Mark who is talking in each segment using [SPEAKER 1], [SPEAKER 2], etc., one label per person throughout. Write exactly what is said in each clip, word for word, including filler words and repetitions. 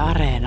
[SPEAKER 1] Areena.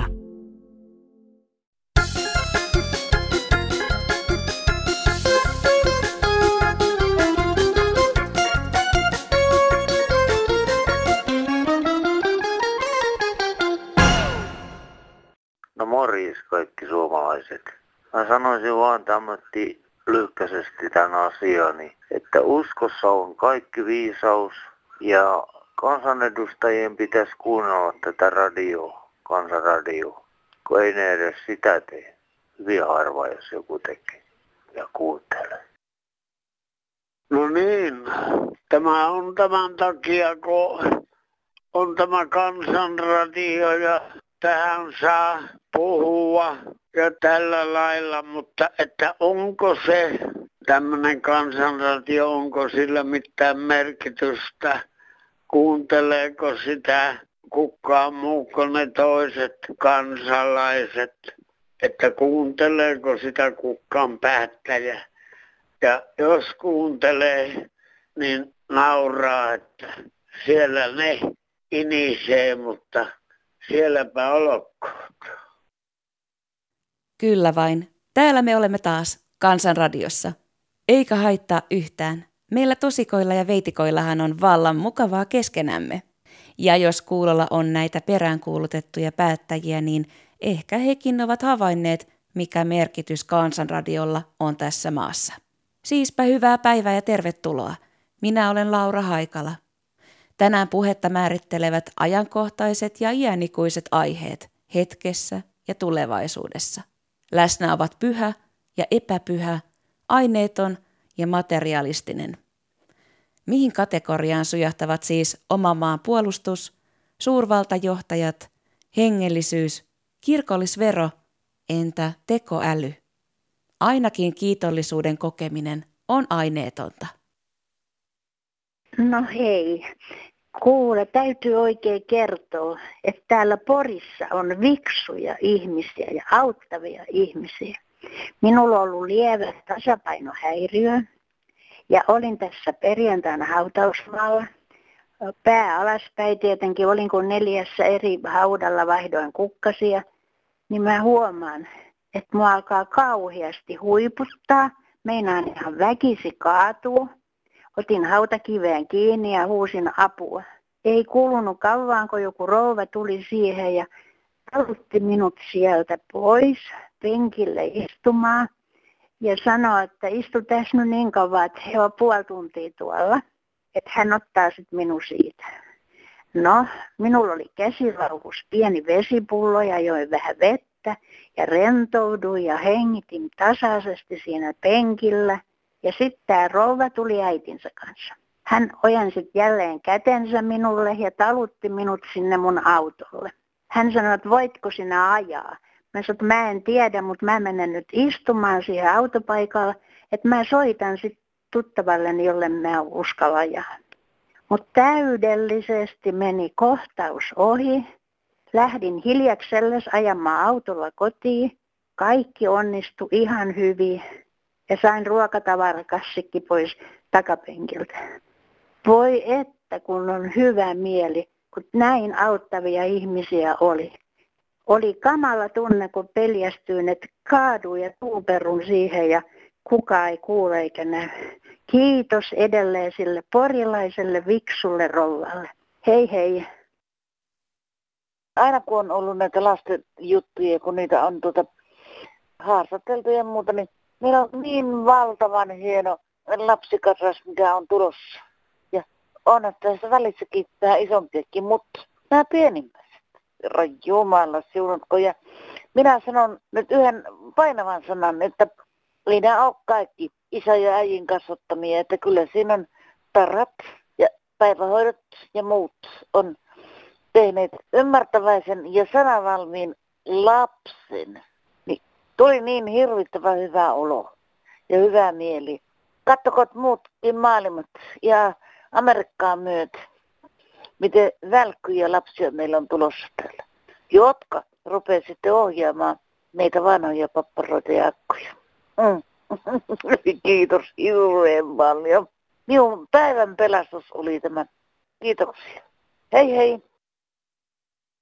[SPEAKER 2] No morjes kaikki suomalaiset. Mä sanoisin vaan tämmötti lyhkäisesti tämän asiani, että uskossa on kaikki viisaus ja kansanedustajien pitäisi kuunnella tätä radioa, kansanradioa, kun ei ne edes sitä tee. Hyvin harva, jos joku tekee ja kuuntelee.
[SPEAKER 3] No niin, tämä on tämän takia, kun on tämä kansanradio ja tähän saa puhua ja tällä lailla, mutta että onko se tämmöinen kansanradio, onko sillä mitään merkitystä, kuunteleeko sitä kukaan muu kuin ne toiset kansalaiset, että kuunteleeko sitä kukaan päättäjä. Ja jos kuuntelee, niin nauraa, että siellä ne inisee, mutta sielläpä olkoon.
[SPEAKER 4] Kyllä vain. Täällä me olemme taas Kansanradiossa. Eikä haittaa yhtään. Meillä tosikoilla ja veitikoillahan on vallan mukavaa keskenämme. Ja jos kuulolla on näitä peräänkuulutettuja päättäjiä, niin ehkä hekin ovat havainneet, mikä merkitys Kansanradiolla on tässä maassa. Siispä hyvää päivää ja tervetuloa. Minä olen Laura Haikala. Tänään puhetta määrittelevät ajankohtaiset ja iänikuiset aiheet hetkessä ja tulevaisuudessa. Läsnä ovat pyhä ja epäpyhä, aineeton ja materialistinen. Mihin kategoriaan sujahtavat siis oman maan puolustus, suurvaltajohtajat, hengellisyys, kirkollisvero, entä tekoäly? Ainakin kiitollisuuden kokeminen on aineetonta.
[SPEAKER 5] No hei, kuule, täytyy oikein kertoa, että täällä Porissa on viksuja ihmisiä ja auttavia ihmisiä. Minulla on ollut lievä tasapainohäiriö ja olin tässä perjantaina hautausmaalla. Pää alaspäin tietenkin, olin kun neljässä eri haudalla vaihdoin kukkasia, niin mä huomaan, että mua alkaa kauheasti huiputtaa, meinaan ihan väkisi kaatua. Otin hautakiveen kiinni ja huusin apua. Ei kulunut kauan, kun joku rouva tuli siihen ja talutti minut sieltä pois penkille istumaan. Ja sanoi, että istu tässä nyt niin kauan, että he on puoli tuntia tuolla. Että hän ottaa sitten minun siitä. No, minulla oli käsilaukussa pieni vesipullo ja join vähän vettä. Ja rentouduin ja hengitin tasaisesti siinä penkillä. Ja sitten tämä rouva tuli äitinsä kanssa. Hän ojensi jälleen kätensä minulle ja talutti minut sinne mun autolle. Hän sanoi, että voitko sinä ajaa? Mä sanoin, että mä en tiedä, mutta mä menen nyt istumaan siihen autopaikalle, että mä soitan sitten tuttavalleni, jolle mä uskalla ajaa. Mutta täydellisesti meni kohtaus ohi. Lähdin hiljakselles ajamaan autolla kotiin. Kaikki onnistui ihan hyvin. Ja sain ruokatavarakassikin pois takapenkiltä. Voi että kun on hyvä mieli, kun näin auttavia ihmisiä oli. Oli kamala tunne, kun peljästyin, että kaaduin ja tuuperun siihen ja kukaan ei kuule eikä näy. Kiitos edelleen sille porilaiselle viksulle rouvalle. Hei hei.
[SPEAKER 6] Aina kun on ollut näitä lasten juttuja, kun niitä on tuota haastateltu ja muuta, niin meillä on niin valtavan hieno lapsikasvas, mikä on tulossa. Ja on, että tässä välissäkin vähän isompiakin, mutta nämä pienimmäiset. Herran Jumala siunatko. Ja minä sanon nyt yhden painavan sanan, että ei nämä ole kaikki isä ja äijin kasvattamia. Että kyllä siinä on tarrat ja päivähoidot ja muut on tehneet ymmärtäväisen ja sanavalmiin lapsen. Tuli niin hirvittävän hyvä olo ja hyvä mieli. Katsokot muutkin maailmat ja Amerikkaa myötä, miten välkkyjä lapsia meillä on tulossa täällä, jotka rupeaa sitten ohjaamaan meitä vanhoja papparoita ja akkuja. Mm. Kiitos hirveän paljon. Minun päivän pelastus oli tämä. Kiitoksia. Hei hei.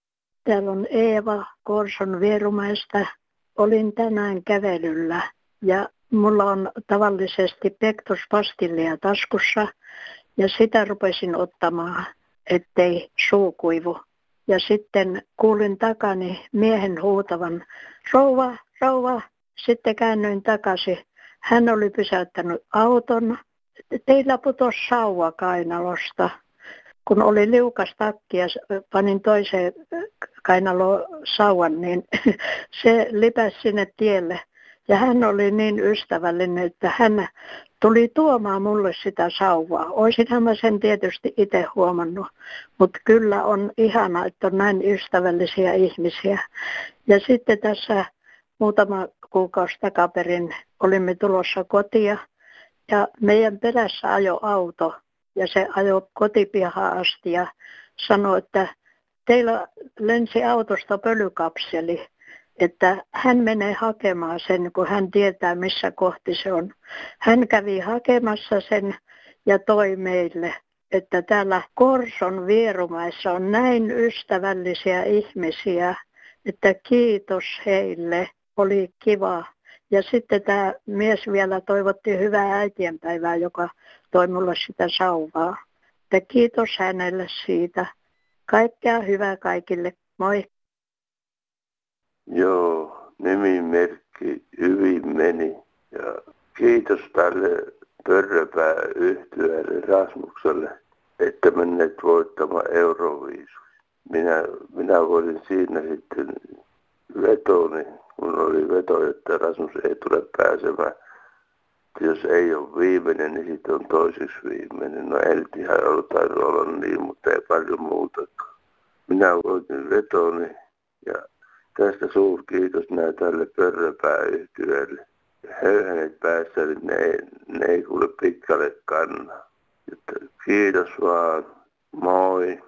[SPEAKER 5] Täällä on Eeva Korson Vierumäestä. Olin tänään kävelyllä ja mulla on tavallisesti pektospastillia taskussa ja sitä rupesin ottamaan, ettei suu kuivu. Ja sitten kuulin takani miehen huutavan, rouva, rouva. Sitten käännyin takaisin. Hän oli pysäyttänyt auton. Teillä putosi sauva kainalosta. Kun oli liukas takki ja panin toiseen kainaloon sauvan, niin se lipäsi sinne tielle. Ja hän oli niin ystävällinen, että hän tuli tuomaan mulle sitä sauvaa. Oisinhan mä sen tietysti itse huomannut, mutta kyllä on ihana, että on näin ystävällisiä ihmisiä. Ja sitten tässä muutama kuukausi takaperin olimme tulossa kotia ja meidän perässä ajoi auto ja se ajoi kotipihaan asti ja sanoi, että teillä lensi autosta pölykapseli, että hän menee hakemaan sen, kun hän tietää, missä kohti se on. Hän kävi hakemassa sen ja toi meille, että täällä Korson Vierumäessä on näin ystävällisiä ihmisiä, että kiitos heille, oli kiva. Ja sitten tämä mies vielä toivotti hyvää äitienpäivää, joka toi mulle sitä sauvaa. Että kiitos hänelle siitä. Kaikkea hyvää kaikille. Moi.
[SPEAKER 2] Joo, nimimerkki hyvin meni. Ja kiitos tälle Pörröpää-yhtyeelle Rasmukselle, että menneet voittamaan Euroviisun. Minä, minä voisin siinä sitten vetoni, kun oli veto, että Rasmus ei tule pääsemään. Jos ei ole viimeinen, niin sitten on toiseksi viimeinen. No ei nyt ihan ollut tainnut olla niin, mutta ei paljon muuta. Minä voitin vetoni ja tästä suuri kiitos näin tälle Pörröpää-yhtyeelle. Höyhenet päässä, niin ne, ne ei kuule pitkälle kanna. Että kiitos vaan. Moi.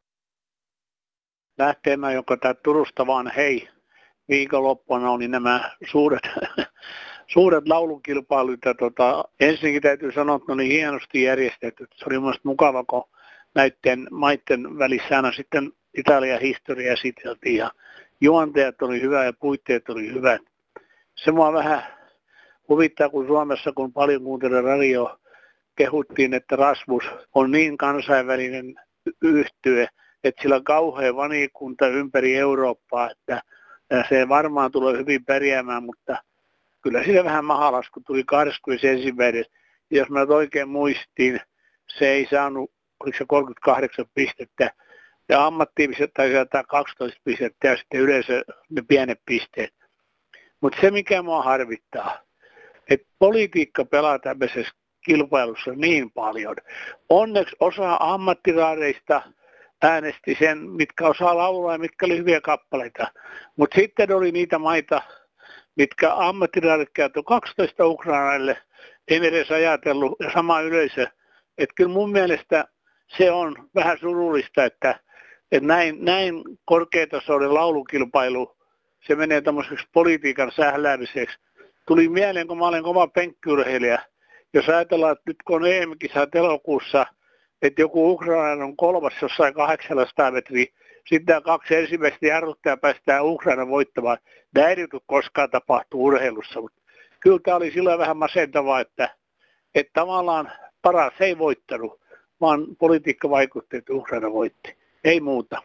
[SPEAKER 3] Lähteenä, joka tää Turusta vaan hei. Viikonloppuna oli nämä suuret, suuret laulukilpailut. Ja tota, ensinnäkin täytyy sanoa, että ne oli hienosti järjestetty. Se oli mielestäni mukava, kun näiden maiden välissä aina sitten Italian historiaa esiteltiin. Ja juonteet oli hyvä ja puitteet oli hyvät. Se mua vähän huvittaa, kun Suomessa, kun paljon kuuntelin radio, kehuttiin, että Rasmus on niin kansainvälinen yhtye, että sillä on kauhean vanikunta ympäri Eurooppaa, että se varmaan tulee hyvin pärjäämään, mutta kyllä siinä vähän mahalasku tuli kahdeskymmenesensimmäinen Ja jos mä oikein muistin, se ei saanut, oliko se kolmekymmentäkahdeksan pistettä, ja ammattiiviset tai kaksitoista pistettä ja sitten yleensä ne pienet pisteet. Mutta se, mikä mua harvittaa, että politiikka pelaa tämmöisessä kilpailussa niin paljon. Onneksi osa ammattiraadeista äänesti sen, mitkä osaa laulaa ja mitkä oli hyviä kappaleita. Mutta sitten oli niitä maita, mitkä ammattiraadet käyttöi kaksitoista Ukrainalle, en edes ajatellut, ja sama yleisö. Että kyllä mun mielestä se on vähän surullista, että, että näin, näin korkeatasoinen laulukilpailu, se menee tämmöiseksi politiikan sähläämiseksi. Tuli mieleen, kun mä olen kova penkkiurheilija. Jos ajatellaan, että nyt kun on E M-kisat elokuussa, että joku Ukraina on kolmas jossain kahdeksansataa metriä, sitten nämä kaksi ensimmäistä jarruttajaa päästään Ukraina voittamaan. Tämä ei nyt koskaan tapahtuu urheilussa, mutta kyllä tämä oli silloin vähän masentavaa, että, että tavallaan paras ei voittanut, vaan politiikka vaikutti, että Ukraina voitti. Ei muuta.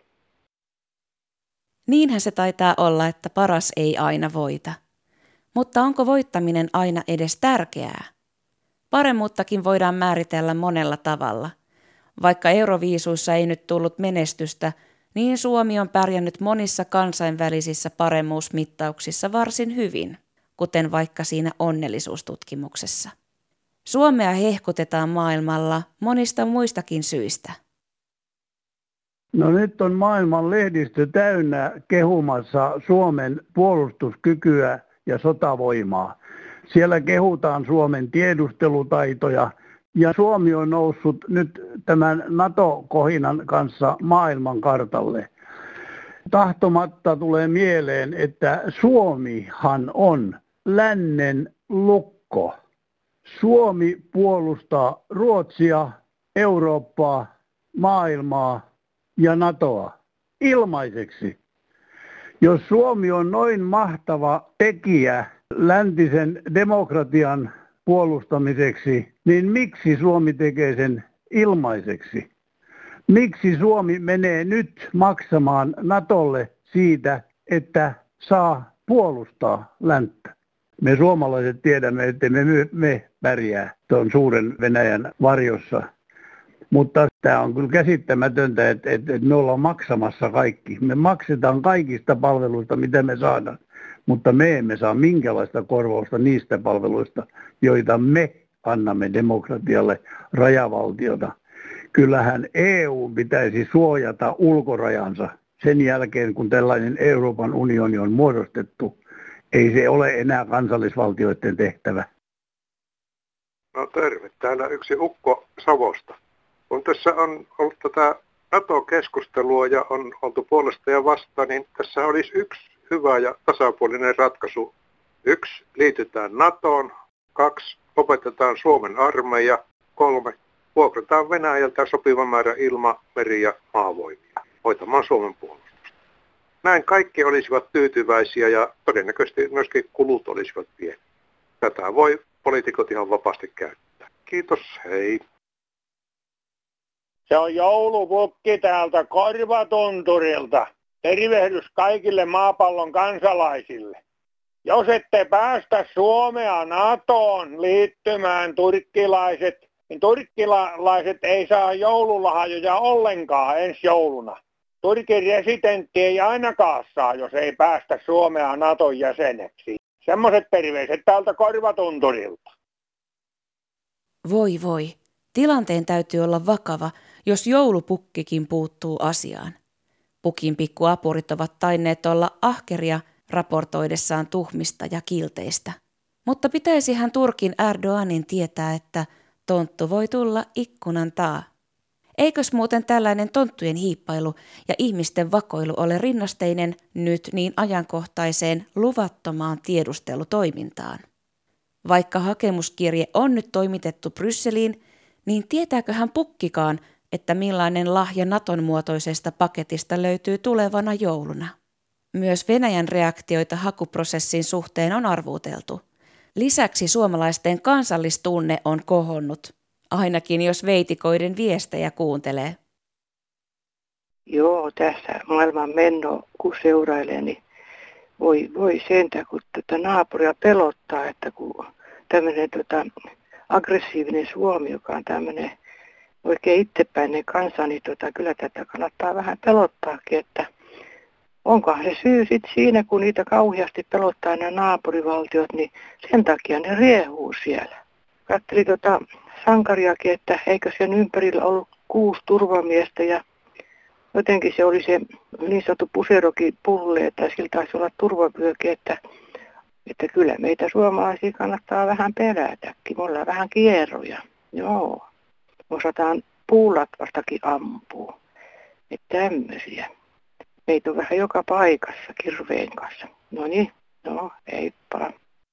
[SPEAKER 4] Niinhän se taitaa olla, että paras ei aina voita. Mutta onko voittaminen aina edes tärkeää? Paremmuuttakin voidaan määritellä monella tavalla. Vaikka Euroviisuissa ei nyt tullut menestystä, niin Suomi on pärjännyt monissa kansainvälisissä paremmuusmittauksissa varsin hyvin, kuten vaikka siinä onnellisuustutkimuksessa. Suomea hehkutetaan maailmalla monista muistakin syistä.
[SPEAKER 1] No nyt on maailman lehdistö täynnä kehumassa Suomen puolustuskykyä ja sotavoimaa. Siellä kehutaan Suomen tiedustelutaitoja ja Suomi on noussut nyt tämän NATO-kohinan kanssa maailmankartalle. Tahtomatta tulee mieleen, että Suomihan on lännen lukko. Suomi puolustaa Ruotsia, Eurooppaa, maailmaa ja NATOa ilmaiseksi. Jos Suomi on noin mahtava tekijä läntisen demokratian puolustamiseksi, niin miksi Suomi tekee sen ilmaiseksi? Miksi Suomi menee nyt maksamaan Natolle siitä, että saa puolustaa länttä? Me suomalaiset tiedämme, että me, me pärjää tuon suuren Venäjän varjossa. Mutta tämä on kyllä käsittämätöntä, että, että me ollaan maksamassa kaikki. Me maksetaan kaikista palveluista, mitä me saadaan, mutta me emme saa minkälaista korvausta niistä palveluista, joita me annamme demokratialle rajavaltiota. Kyllähän E U pitäisi suojata ulkorajansa sen jälkeen, kun tällainen Euroopan unioni on muodostettu. Ei se ole enää kansallisvaltioiden tehtävä.
[SPEAKER 7] No terve. Täällä yksi ukko Savosta. Kun tässä on ollut tätä NATO-keskustelua ja on oltu puolesta ja vastaan, niin tässä olisi yksi hyvä ja tasapuolinen ratkaisu. Yksi, liitytään NATOon. Kaksi, opetetaan Suomen armeija. Kolme, vuokrataan Venäjältä sopiva määrä ilma, meri- ja maavoimia hoitamaan Suomen puolustusta. Näin kaikki olisivat tyytyväisiä ja todennäköisesti myöskin kulut olisivat pieniä. Tätä voi poliitikot ihan vapaasti käyttää. Kiitos, hei.
[SPEAKER 3] Se on joulupukki täältä Korvatunturilta. Tervehdys kaikille maapallon kansalaisille. Jos ette päästä Suomea NATOon liittymään turkkilaiset, niin turkkilaiset ei saa joululahjoja ollenkaan ensi jouluna. Turkin residentti ei ainakaan saa, jos ei päästä Suomea NATOn jäseneksi. Semmoiset terveiset täältä Korvatunturilta.
[SPEAKER 4] Voi voi, tilanteen täytyy olla vakava, jos joulupukkikin puuttuu asiaan. Pukin pikkuapurit ovat tainneet olla ahkeria raportoidessaan tuhmista ja kilteistä. Mutta pitäisihän Turkin Erdoganin tietää, että tonttu voi tulla ikkunan taa. Eikös muuten tällainen tonttujen hiippailu ja ihmisten vakoilu ole rinnasteinen nyt niin ajankohtaiseen luvattomaan tiedustelutoimintaan? Vaikka hakemuskirje on nyt toimitettu Brysseliin, niin tietääköhän pukkikaan, että millainen lahja Naton muotoisesta paketista löytyy tulevana jouluna? Myös Venäjän reaktioita hakuprosessin suhteen on arvuuteltu. Lisäksi suomalaisten kansallistunne on kohonnut, ainakin jos veitikoiden viestejä kuuntelee.
[SPEAKER 8] Joo, tässä maailman menno, kun seurailee, niin voi, voi sentä, kun tätä naapuria pelottaa, että kun tämmöinen tota, aggressiivinen Suomi, joka on tämmöinen oikein itsepäinen kansa, niin tota, kyllä tätä kannattaa vähän pelottaakin, että onkohan se syy sitten siinä, kun niitä kauheasti pelottaa nämä naapurivaltiot, niin sen takia ne riehuu siellä. Katselin tota sankariakin, että eikö sen ympärillä ollut kuusi turvamiestä ja jotenkin se oli se niin sanottu puserokin pulle, että sillä taisi olla turvavyöke, että, että kyllä meitä suomalaisia kannattaa vähän pelätäkin. Me ollaan vähän kierroja. Joo. Me osataan puulatvastakin ampua. Että tämmöisiä. Meitä on vähän joka paikassa kirveen kanssa. No niin, no heippa.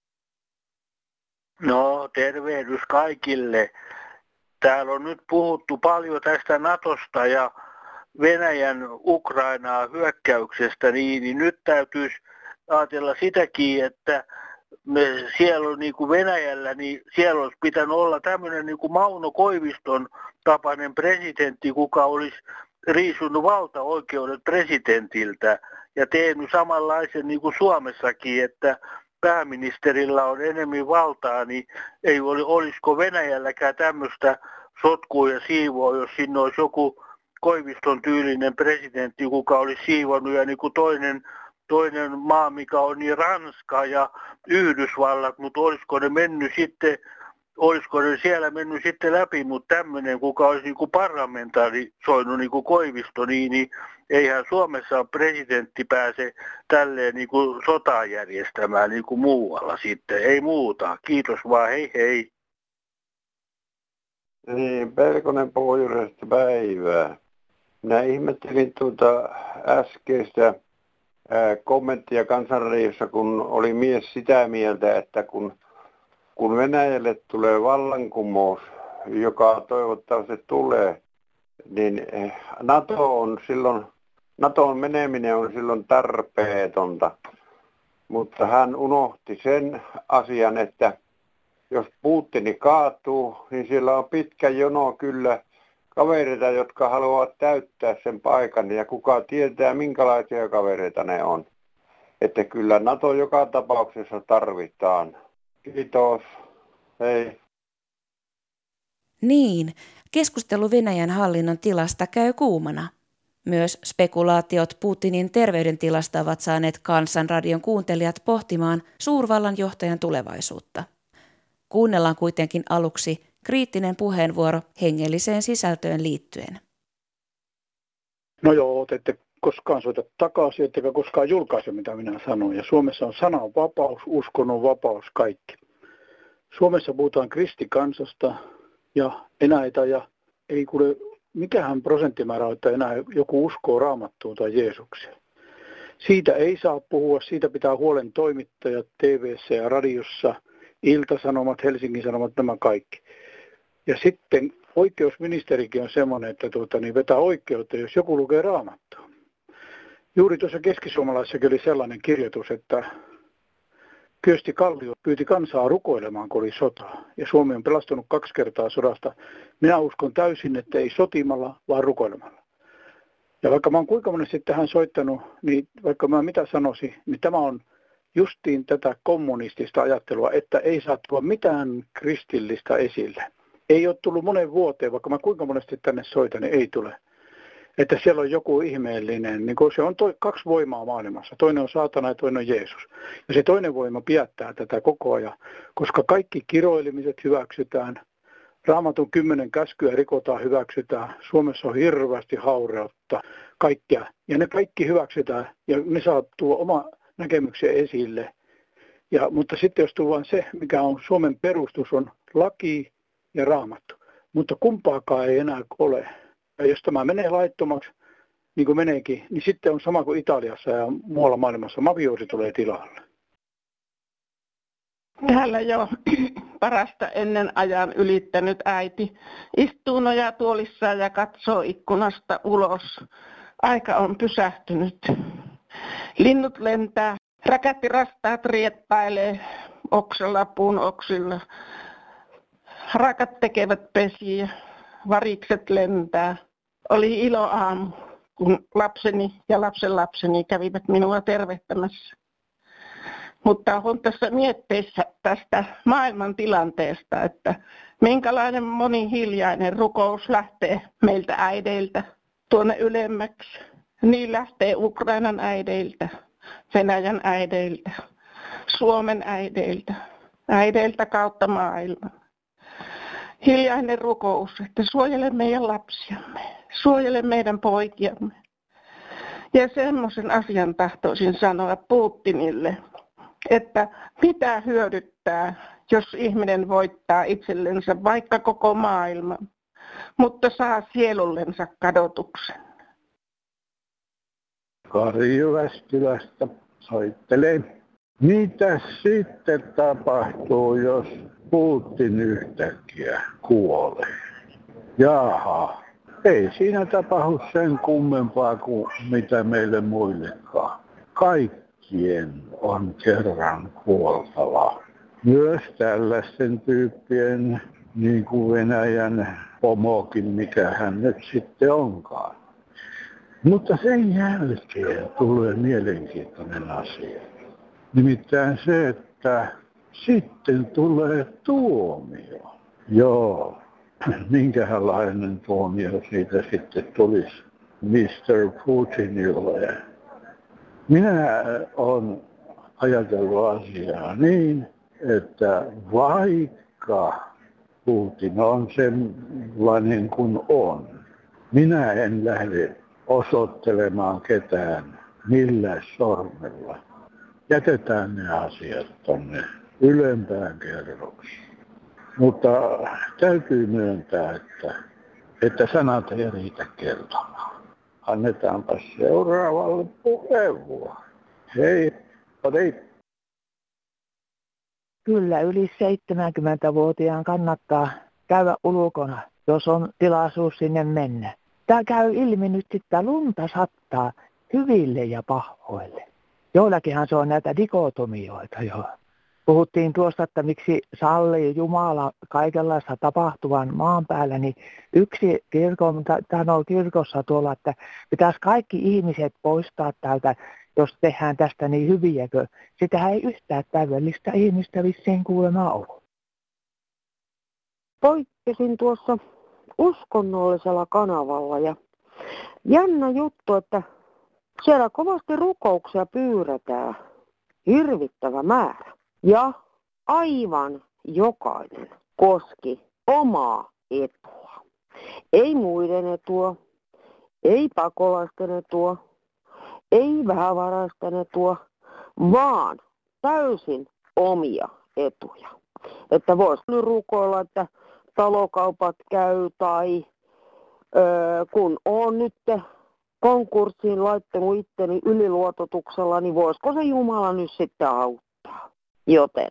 [SPEAKER 9] No tervehdys kaikille. Täällä on nyt puhuttu paljon tästä Natosta ja Venäjän Ukrainaa hyökkäyksestä, niin, niin nyt täytyisi ajatella sitäkin, että me siellä on niin kuin Venäjällä, niin siellä olisi pitänyt olla tämmöinen niin kuin Mauno Koiviston tapainen presidentti, kuka olisi riisunut valtaoikeudet presidentiltä ja tehnyt samanlaisen niin kuin Suomessakin, että pääministerillä on enemmän valtaa, niin ei oli, olisiko Venäjälläkään tämmöistä sotkua ja siivoa, jos sinne olisi joku Koiviston tyylinen presidentti, kuka olisi siivonnut ja niin kuin toinen, toinen maa, mikä on niin Ranska ja Yhdysvallat, mutta olisiko ne mennyt sitten, olisiko ne siellä mennyt sitten läpi, mutta tämmöinen, kuka olisi niin kuin parlamentaarisoinut niin kuin Koivisto, niin, niin eihän Suomessa presidentti pääse tälleen niin kuin sotaa järjestämään niin kuin muualla sitten, ei muuta. Kiitos vaan, hei hei.
[SPEAKER 10] Niin, Pelkonen pohjoisesta päivää. Minä ihmettelin tuota äskeistä ää, kommenttia Kansanradiossa, kun oli mies sitä mieltä, että kun, kun Venäjälle tulee vallankumous, joka toivottavasti tulee, niin NATO on silloin NATOon meneminen on silloin tarpeetonta, mutta hän unohti sen asian, että jos Putin kaatuu, niin siellä on pitkä jono kyllä kavereita, jotka haluavat täyttää sen paikan ja kuka tietää minkälaisia kavereita ne on. Että kyllä NATO joka tapauksessa tarvitaan. Kiitos. Hei.
[SPEAKER 4] Niin, keskustelu Venäjän hallinnon tilasta käy kuumana. Myös spekulaatiot Putinin terveydentilasta ovat saaneet Kansanradion kuuntelijat pohtimaan suurvallan johtajan tulevaisuutta. Kuunnellaan kuitenkin aluksi kriittinen puheenvuoro hengelliseen sisältöön liittyen.
[SPEAKER 11] No joo, te ette koskaan soita takaisin, ettekä koskaan julkaise, mitä minä sanon. Ja Suomessa on sananvapaus, uskonnon vapaus, kaikki. Suomessa puhutaan kristikansasta ja enäitä ja ei kuule, mikähän prosenttimäärä on, että enää joku uskoo Raamattuun tai Jeesukseen. Siitä ei saa puhua, siitä pitää huolen toimittajat T V:ssä ja radiossa, Ilta-Sanomat, Helsingin Sanomat, nämä kaikki. Ja sitten oikeusministerikin on semmoinen, että tuota, niin vetää oikeutta, jos joku lukee Raamattua. Juuri tuossa Keskisuomalaisessakin oli sellainen kirjoitus, että Kyösti Kallio pyyti kansaa rukoilemaan, kun oli sota. Ja Suomi on pelastunut kaksi kertaa sodasta. Minä uskon täysin, että ei sotimalla, vaan rukoilemalla. Ja vaikka mä oon kuinka monesti tähän soittanut, niin vaikka mä mitä sanoisin, niin tämä on justiin tätä kommunistista ajattelua, että ei saa tulla mitään kristillistä esille. Ei ole tullut monen vuoteen, vaikka mä kuinka monesti tänne soitan, niin ei tule. Että siellä on joku ihmeellinen, niin kun se on toi, kaksi voimaa maailmassa. Toinen on saatana ja toinen on Jeesus. Ja se toinen voima pidättää tätä koko ajan, koska kaikki kiroilimiset hyväksytään. Raamatun kymmenen käskyä rikotaan, hyväksytään. Suomessa on hirveästi haureutta, kaikkea. Ja ne kaikki hyväksytään ja ne saa tuo oma näkemyksen esille. Ja, mutta sitten jos tuo se, mikä on Suomen perustus, on laki ja Raamattu. Mutta kumpaakaan ei enää ole. Ja jos tämä menee laittomaksi, niin kuin meneekin, niin sitten on sama kuin Italiassa ja muualla maailmassa. Mafiosi tulee tilalle.
[SPEAKER 12] Täällä jo parasta ennen ajan ylittänyt äiti istuu nojatuolissaan ja katsoo ikkunasta ulos. Aika on pysähtynyt. Linnut lentää, räkättirastaat rieppailee oksalla, puun oksilla. Rakat tekevät pesiä, varikset lentää. Oli ilo aamu, kun lapseni ja lapsenlapseni kävivät minua tervehtämässä. Mutta on tässä mietteissä tästä maailman tilanteesta, että minkälainen monihiljainen rukous lähtee meiltä äideiltä tuonne ylemmäksi. Niin lähtee Ukrainan äideiltä, Venäjän äideiltä, Suomen äideiltä, äideiltä kautta maailman. Hiljainen rukous, että suojele meidän lapsiamme, suojele meidän poikiamme. Ja semmoisen asian tahtoisin sanoa Putinille, että mitä hyödyttää, jos ihminen voittaa itsellensä vaikka koko maailman, mutta saa sielullensa kadotuksen.
[SPEAKER 1] Kari Jyväskylästä soittelee. Mitä sitten tapahtuu, jos Putin yhtäkkiä kuolee? Jaha, ei siinä tapahdu sen kummempaa kuin mitä meille muillekaan. Kaikkien on kerran kuoltava. Myös tällaisten tyyppien, niin kuin Venäjän pomokin, mikä hän nyt sitten onkaan. Mutta sen jälkeen tulee mielenkiintoinen asia. Nimittäin se, että sitten tulee tuomio. Joo, minkälainen tuomio siitä sitten tulisi mister Putinille. Minä olen ajatellut asiaa niin, että vaikka Putin on sellainen kuin on, minä en lähde osoittelemaan ketään millään sormella. Jätetään ne asiat tonne ylempään kerroksiin. Mutta täytyy myöntää, että, että sanat ei riitä kertomaan. Annetaanpa seuraavalle puheenvuoro. Hei, hei.
[SPEAKER 13] Kyllä yli seitsemänkymmentävuotiaan kannattaa käydä ulkona, jos on tilaisuus sinne mennä. Tämä käy ilmi nyt, että lunta sattaa hyville ja pahoille. Joillakinhan se on näitä dikotomioita jo. Puhuttiin tuosta, että miksi sallii Jumala kaikenlaista tapahtuvan maan päällä, niin yksi kirkko, sanoo kirkossa tuolla, että pitäisi kaikki ihmiset poistaa täältä, jos tehdään tästä niin hyviäkö. Sitä ei yhtään täydellistä ihmistä vissiin kuulemma ole.
[SPEAKER 14] Poikkesin tuossa uskonnollisella kanavalla ja jännä juttu, että siellä kovasti rukouksia pyydetään, hirvittävä määrä. Ja aivan jokainen koski omaa etua. Ei muiden etua, ei pakolaisten etua, ei vähävaraisten etua, vaan täysin omia etuja. Että voisi nyt rukoilla, että talokaupat käy tai öö, kun on nyt konkurssiin laittanut itteni yliluototuksella, niin voisiko se Jumala nyt sitten auttaa? Joten,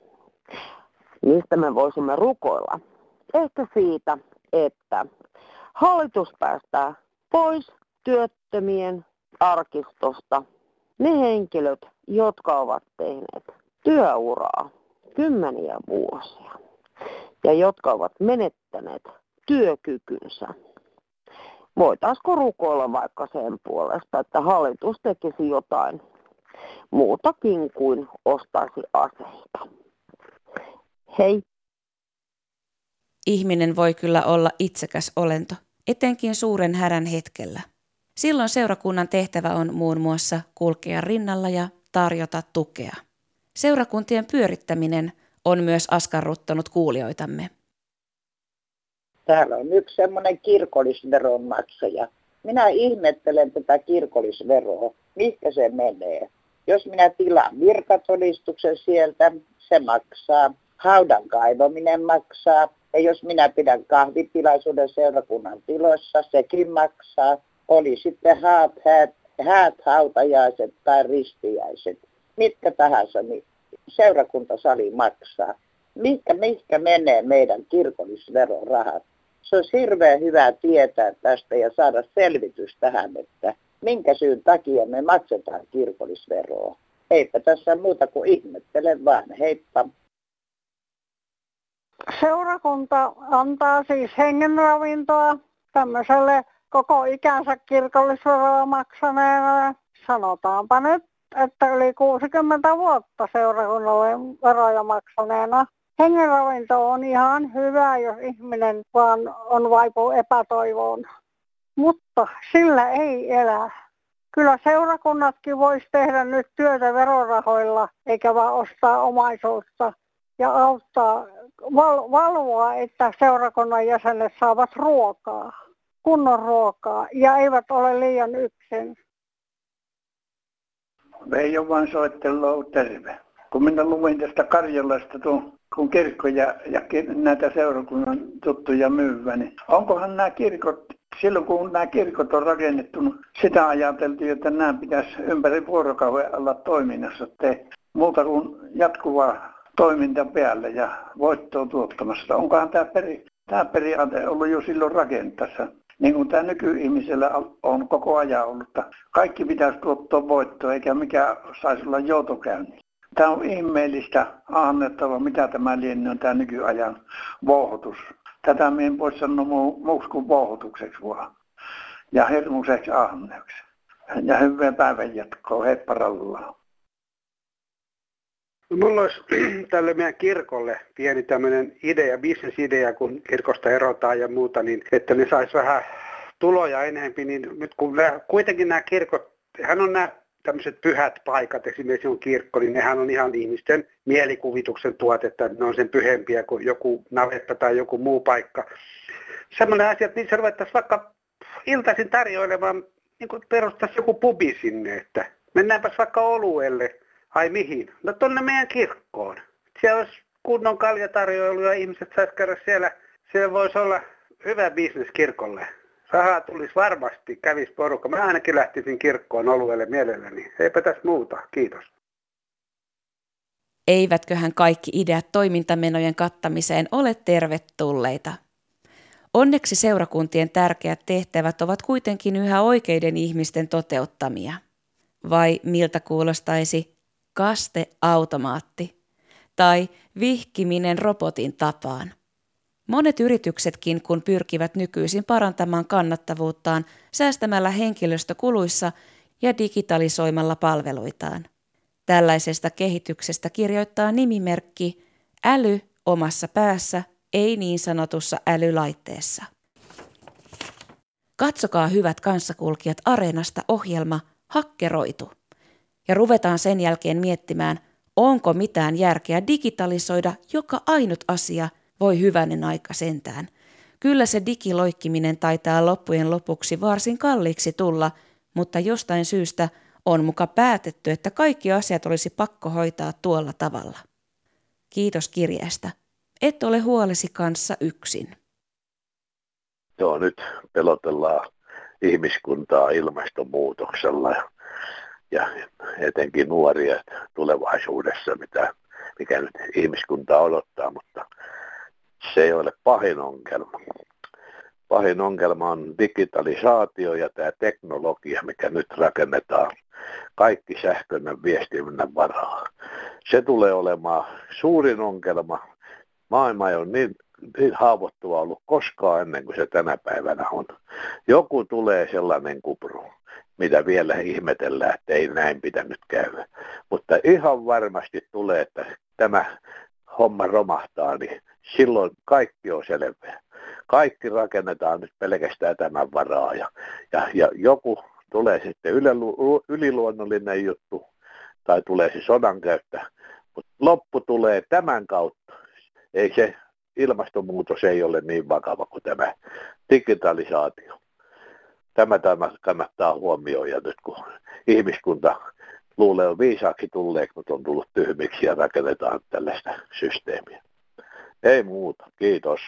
[SPEAKER 14] mistä me voisimme rukoilla? Ehkä siitä, että hallitus päästää pois työttömien arkistosta ne henkilöt, jotka ovat tehneet työuraa kymmeniä vuosia ja jotka ovat menettäneet työkykynsä. Voitaisiko rukoilla vaikka sen puolesta, että hallitus tekisi jotain muutakin kuin ostaisi aseita. Hei!
[SPEAKER 4] Ihminen voi kyllä olla itsekäs olento, etenkin suuren hädän hetkellä. Silloin seurakunnan tehtävä on muun muassa kulkea rinnalla ja tarjota tukea. Seurakuntien pyörittäminen on myös askarruttanut kuulijoitamme.
[SPEAKER 15] Täällä on yksi semmoinen kirkollisveronmaksaja. Minä ihmettelen tätä kirkollisveroa, mihinkä se menee. Jos minä tilaan virkatodistuksen sieltä, se maksaa. Haudan kaivaminen maksaa. Ja jos minä pidän kahvitilaisuuden seurakunnan tiloissa, sekin maksaa. Oli sitten haat, häät, häät, hautajaiset tai ristiäiset. Mitkä tahansa, niin seurakuntasali maksaa. Mihinkä, mihinkä menee meidän kirkollisverorahat? Se olisi hirveän hyvä tietää tästä ja saada selvitys tähän, että minkä syyn takia me maksetaan kirkollisveroa. Eipä tässä muuta kuin ihmettelen vaan. Heippa.
[SPEAKER 16] Seurakunta antaa siis hengenravintoa tämmöiselle koko ikänsä kirkollisveroa maksaneelle. Sanotaanpa nyt, että yli kuusikymmentä vuotta seurakunnalle veroja maksaneena. Hengenravinto on ihan hyvä, jos ihminen vaan on vaipu epätoivoon, mutta sillä ei elä. Kyllä seurakunnatkin vois tehdä nyt työtä verorahoilla, eikä vaan ostaa omaisuutta ja auttaa, val- valvoa, että seurakunnan jäsenet saavat ruokaa, kunnon ruokaa ja eivät ole liian yksin.
[SPEAKER 11] Veijo vaan soittelua, terve. Kun minä luin tästä Karjalasta, tuon, kun kirkkoja ja näitä seurakunnan tuttuja myyvä, niin onkohan nämä kirkot, silloin kun nämä kirkot on rakennettu, sitä ajateltiin, että nämä pitäisi ympäri vuorokauden olla toiminnassa, ettei muuta kuin jatkuvaa toiminta päällä ja voittoa tuottamassa. Onkohan tämä, peri, tämä periaate ollut jo silloin rakentassa? Niin kuin tämä nykyihmisellä on koko ajan ollut, että kaikki pitäisi tuottaa voittoa, eikä mikä saisi olla joutokäynnissä. Tämä on ihmeellistä annettava, mitä tämä lienee on tämä nykyajan vouhotus. Tätä minä en voi sanoa muuksi kuin vouhotukseksi vaan. Ja hirmuiseksi ahneeksi. Ja hyvää päivänjatkoa. Heipparallaan.
[SPEAKER 17] No, mulla olisi tälle meidän kirkolle pieni tämmöinen idea, bisnesidea, kun kirkosta erotaan ja muuta, niin että ne sais vähän tuloja enemmän, niin nyt kun nämä, kuitenkin nämä kirkot, hän on nämä tämmöiset pyhät paikat, esimerkiksi on kirkko, niin nehän on ihan ihmisten mielikuvituksen tuotetta, ne on sen pyhempiä kuin joku navetta tai joku muu paikka. Semmoinen asia, että niissä ruvettaisiin vaikka iltaisin tarjoilemaan, niin kuin perustaisi joku pubi sinne, että mennäänpäs vaikka oluelle. Ai mihin? No tonne meidän kirkkoon. Siellä olisi kunnon kaljatarjoilu ja ihmiset saisi käydä siellä. Siellä voisi olla hyvä bisnes kirkolle. Rahaa tulisi varmasti, kävisi porukka. Mä ainakin lähtisin kirkkoon oluelle mielelläni. Eipä tässä muuta. Kiitos.
[SPEAKER 4] Eivätköhän kaikki ideat toimintamenojen kattamiseen ole tervetulleita? Onneksi seurakuntien tärkeät tehtävät ovat kuitenkin yhä oikeiden ihmisten toteuttamia. Vai miltä kuulostaisi kasteautomaatti tai vihkiminen robotin tapaan? Monet yrityksetkin, kun pyrkivät nykyisin parantamaan kannattavuuttaan säästämällä henkilöstökuluissa ja digitalisoimalla palveluitaan. Tällaisesta kehityksestä kirjoittaa nimimerkki Äly omassa päässä, ei niin sanotussa älylaitteessa. Katsokaa hyvät kanssakulkijat Areenasta ohjelma Hakkeroitu. Ja ruvetaan sen jälkeen miettimään, onko mitään järkeä digitalisoida joka ainut asia, voi hyvänen aika sentään. Kyllä se digiloikkiminen taitaa loppujen lopuksi varsin kalliiksi tulla, mutta jostain syystä on muka päätetty, että kaikki asiat olisi pakko hoitaa tuolla tavalla. Kiitos kirjeestä. Et ole huolesi kanssa yksin.
[SPEAKER 18] Joo, nyt pelotellaan ihmiskuntaa ilmastonmuutoksella ja, ja etenkin nuoria tulevaisuudessa, mitä, mikä nyt ihmiskunta odottaa, mutta se ei ole pahin ongelma. Pahin ongelma on digitalisaatio ja tämä teknologia, mikä nyt rakennetaan kaikki sähköinen viestinnän varaa. Se tulee olemaan suurin ongelma. Maailma ei ole niin, niin haavoittuva ollut koskaan ennen kuin se tänä päivänä on. Joku tulee sellainen kupru, mitä vielä ihmetellään, että ei näin pitänyt käydä. Mutta ihan varmasti tulee, että tämä homma romahtaa, niin silloin kaikki on selvää. Kaikki rakennetaan nyt pelkästään tämän varaa ja, ja, ja joku tulee sitten ylilu, yliluonnollinen juttu tai tulee se sodankäyttö, mutta loppu tulee tämän kautta. Ei se ilmastonmuutos ei ole niin vakava kuin tämä digitalisaatio. Tämä, tämä kannattaa huomioida nyt, kun ihmiskunta luulee viisaaksi tulleeksi, mutta on tullut tyhmiksi ja rakennetaan tällaista systeemiä. Ei muuta, kiitos.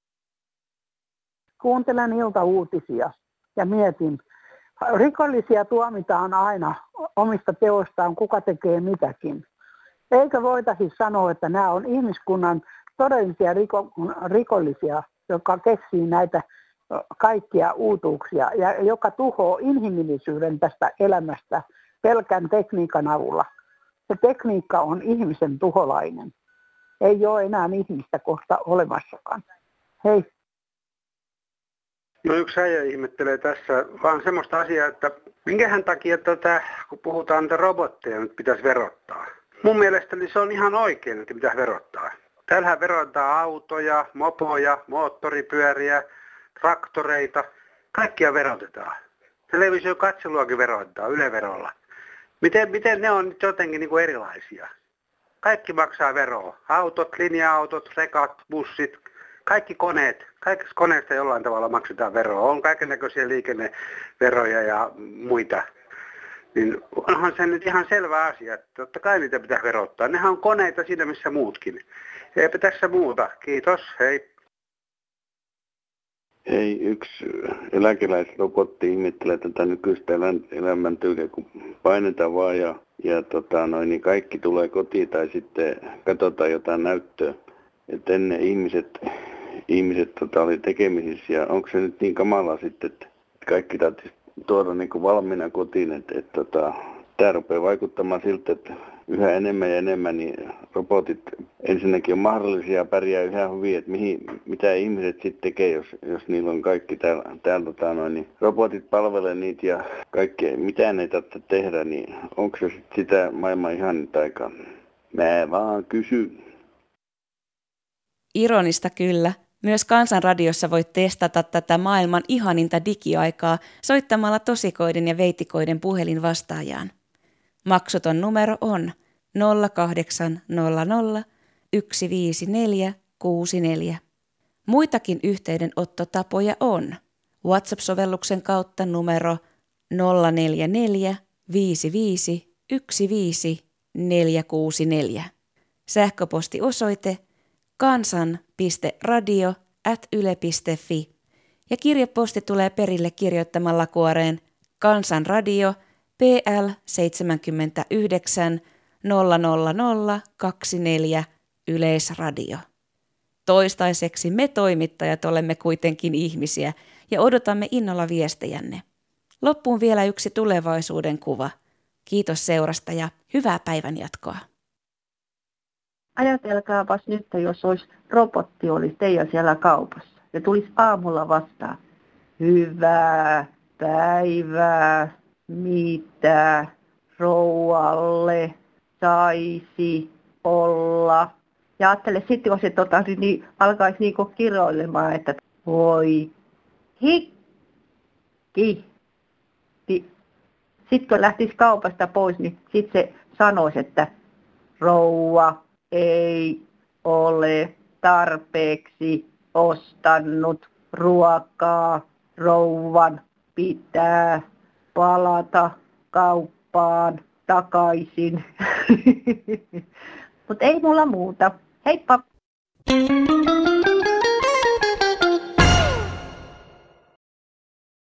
[SPEAKER 19] Kuuntelen iltauutisia ja mietin, rikollisia tuomitaan aina omista teoistaan, kuka tekee mitäkin. Eikä voitaisi sanoa, että nämä on ihmiskunnan todellisia riko, rikollisia, jotka keksii näitä kaikkia uutuuksia ja joka tuhoaa inhimillisyyden tästä elämästä pelkän tekniikan avulla. Se tekniikka on ihmisen tuholainen. Ei ole enää ihmistä kohta olemassakaan. Hei.
[SPEAKER 17] No yksi äijä ihmettelee tässä vaan semmoista asiaa, että minkähän takia tätä, kun puhutaan niitä robotteja, nyt pitäisi verottaa. Mun mielestäni se on ihan oikein, että pitäisi verottaa. Täällähän verotetaan autoja, mopoja, moottoripyöriä, traktoreita. Kaikkia verotetaan. Televisiokatseluakin verotetaan yleverolla. Miten, miten ne on nyt jotenkin niin kuin erilaisia? Kaikki maksaa veroa. Autot, linja-autot, rekat, bussit, kaikki koneet. Kaikista koneista jollain tavalla maksetaan veroa. On kaikennäköisiä liikenneveroja ja muita. Niin onhan se nyt ihan selvä asia, että totta kai niitä pitää verottaa. Nehän on koneita siinä missä muutkin. Eipä tässä muuta. Kiitos, hei.
[SPEAKER 20] Hei, yksi eläkeläisrobotti ihmettelee tätä nykyistä elämäntyyliä, kun painetaan vaan ja, ja tota, noin, niin kaikki tulee kotiin tai sitten katsotaan jotain näyttöä. Että ennen ihmiset, ihmiset tota, oli tekemisissä ja onko se nyt niin kamalaa sitten, että kaikki täytyy tuoda niin kuin valmiina kotiin, että, että tota, tämä rupeaa vaikuttamaan siltä, että yhä enemmän ja enemmän niin robotit ensinnäkin on mahdollisia ja pärjää yhä hyvin, että mihin, mitä ihmiset sitten tekee, jos, jos niillä on kaikki täällä, täällä tota, noin, niin robotit palvelee niitä ja kaikkea, mitään ei tarvitse tehdä, niin onko se sit sitä maailman ihaninta aikaa? Mä vaan kysyn.
[SPEAKER 4] Ironista kyllä. Myös Kansanradiossa voit testata tätä maailman ihaninta digiaikaa soittamalla tosikoiden ja veitikoiden puhelinvastaajaan. Maksuton numero on nolla kahdeksan nolla nolla yksi viisi neljä kuusi neljä. Muitakin yhteydenottotapoja on. WhatsApp-sovelluksen kautta numero nolla neljä neljä viisi viisi yksi viisi neljä kuusi neljä. Sähköpostiosoite kansan piste radio ät yle piste fi ja kirjeposti tulee perille kirjoittamalla kuoreen Kansanradio P L seitsemänkymmentäyhdeksän nolla nolla nolla kaksikymmentäneljä Yleisradio. Toistaiseksi me toimittajat olemme kuitenkin ihmisiä ja odotamme innolla viestejänne. Loppuun vielä yksi tulevaisuuden kuva. Kiitos seurasta ja hyvää päivänjatkoa.
[SPEAKER 21] Ajatelkaapas nyt, jos olisi robotti olisi teidän siellä kaupassa ja tulisi aamulla vastaan. Hyvää päivää, mitä rouvalle saisi olla. Ja ajattele sitten, kun se tota, niin alkaisi niinku kiroilemaan, että voi hikki. Sitten kun lähtisi kaupasta pois, niin sitten se sanoisi, että rouva ei ole tarpeeksi ostanut ruokaa. Rouvan pitää palata kauppaan takaisin. Mutta ei mulla muuta. Heippa!